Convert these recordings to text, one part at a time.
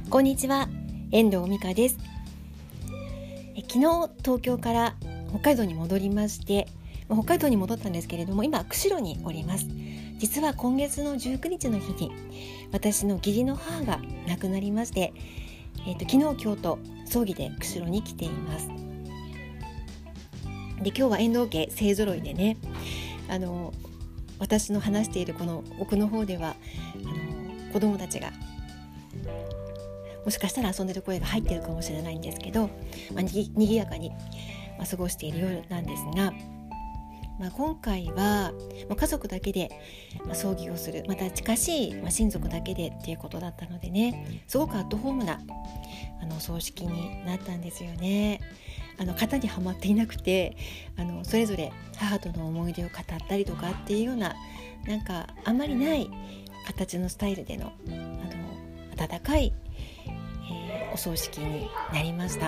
こんにちは、遠藤美香です。昨日東京から北海道に戻りまして、北海道に戻ったんですけれども、今釧路におります。実は今月の19日の日に私の義理の母が亡くなりまして、昨日今日と葬儀で釧路に来ています。で、今日は遠藤家勢ぞろいでね、私の話しているこの奥の方では子供たちがもしかしたら遊んでる声が入ってるかもしれないんですけど、にぎやかに過ごしている夜なんですが、今回は家族だけで葬儀をする、また近しい親族だけでっていうことだったのでね、すごくアットホームなお葬式になったんですよね。型にはまっていなくて、それぞれ母との思い出を語ったりとかっていうような、あんまりない形のスタイルでの温かいお葬式になりました。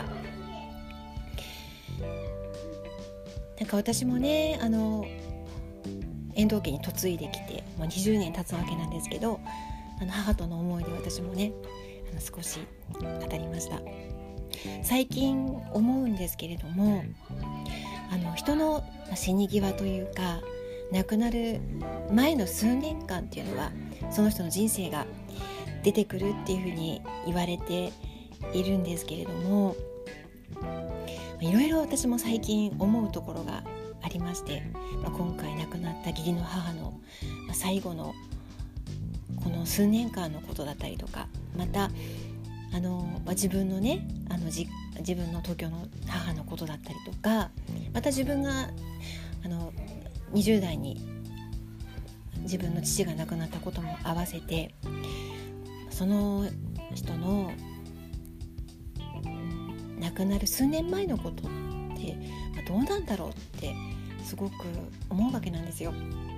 私もね、遠藤家に嫁いできて、20年経つわけなんですけど、母との思い出私もね少し語りました。最近思うんですけれども、人の死に際というか、亡くなる前の数年間っていうのはその人の人生が出てくるっていうふうに言われているんですけれども、いろいろ私も最近思うところがありまして、今回亡くなった義理の母の最後のこの数年間のことだったりとか、また自分のね自分の東京の母のことだったりとか、また自分が20代に自分の父が亡くなったことも合わせて、その人の亡くなる数年前のことってどうなんだろうってすごく思うわけなんですよ。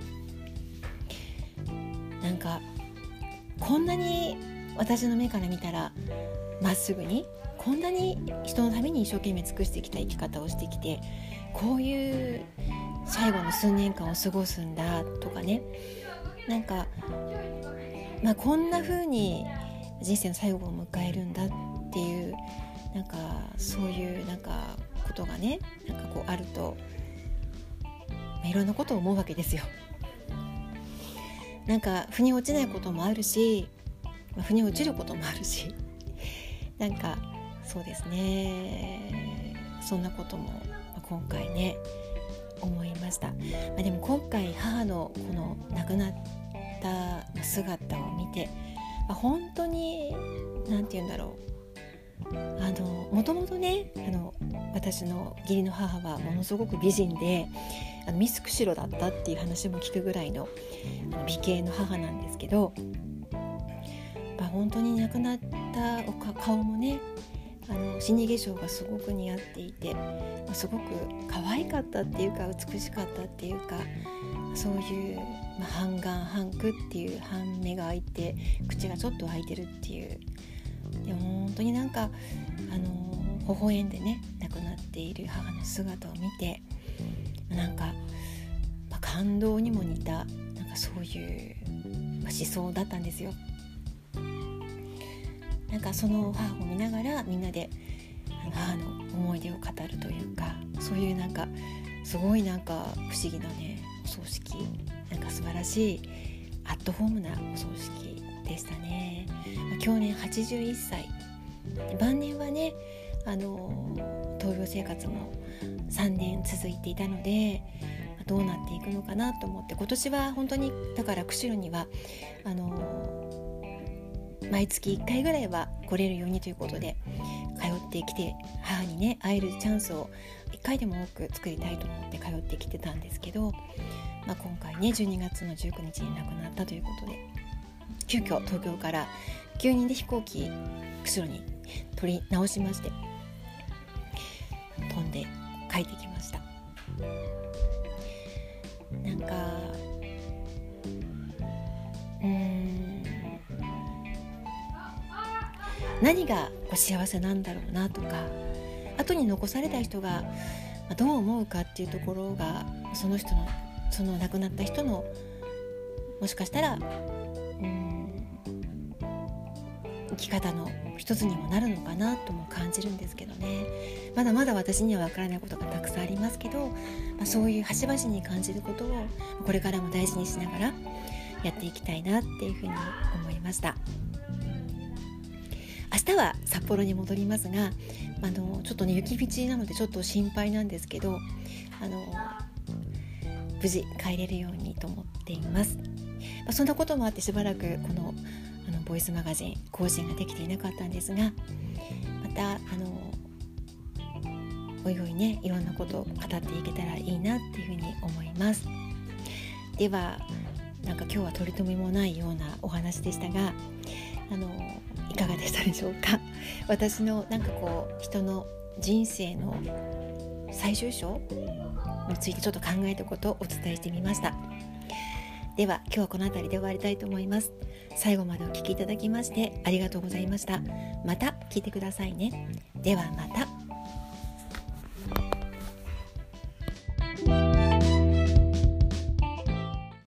こんなに私の目から見たらまっすぐに、こんなに人のために一生懸命尽くしてきた生き方をしてきて、こういう最後の数年間を過ごすんだとかね、こんな風に人生の最後を迎えるんだっていう、そういうことがねあると、いろんなことを思うわけですよ。腑に落ちないこともあるし、腑に落ちることもあるし、そうですね、そんなことも今回ね思いました。でも今回母のこの亡くなった姿を見て、本当にもともとね私の義理の母はものすごく美人でミス釧路だったっていう話も聞くぐらいの美形の母なんですけど、本当に亡くなった顔もね死に化粧がすごく似合っていて、すごく可愛かったっていうか美しかったっていうか、そういう、半眼半句っていう、半目が開いて口がちょっと開いてるっていう、でも本当に微笑んでね亡くなっている母の姿を見て、感動にも似たそういう思想だったんですよ。その母を見ながらみんなで母の思い出を語るというか、そういうすごい不思議なねお葬式、素晴らしいアットホームなお葬式でしたね。去年81歳、晩年はね闘病生活も3年続いていたので、どうなっていくのかなと思って、今年は本当にだから釧路には毎月1回ぐらいは来れるようにということで通ってきて、母にね会えるチャンスを1回でも多く作りたいと思って通ってきてたんですけど、今回ね12月の19日に亡くなったということで、急遽東京から9人で飛行機釧路に取り直しまして、飛んで帰ってきました。何が幸せなんだろうなとか、後に残された人がどう思うかっていうところが、その亡くなった人のもしかしたら生き方の一つにもなるのかなとも感じるんですけどね。まだまだ私には分からないことがたくさんありますけど、そういう端々に感じることをこれからも大事にしながらやっていきたいなっていうふうに思いました。明日は札幌に戻りますが、ちょっとね雪道なのでちょっと心配なんですけど、無事帰れるようにと思っています。そんなこともあってしばらくこのボイスマガジン更新ができていなかったんですが、またおいおいねいろんなことを語っていけたらいいなっていうふうに思います。では今日は取り留めもないようなお話でしたが、いかがでしたでしょうか。私の人の人生の最終章についてちょっと考えたことをお伝えしてみました。では今日はこの辺りで終わりたいと思います。最後までお聞きいただきましてありがとうございました。また聞いてくださいね。ではまた。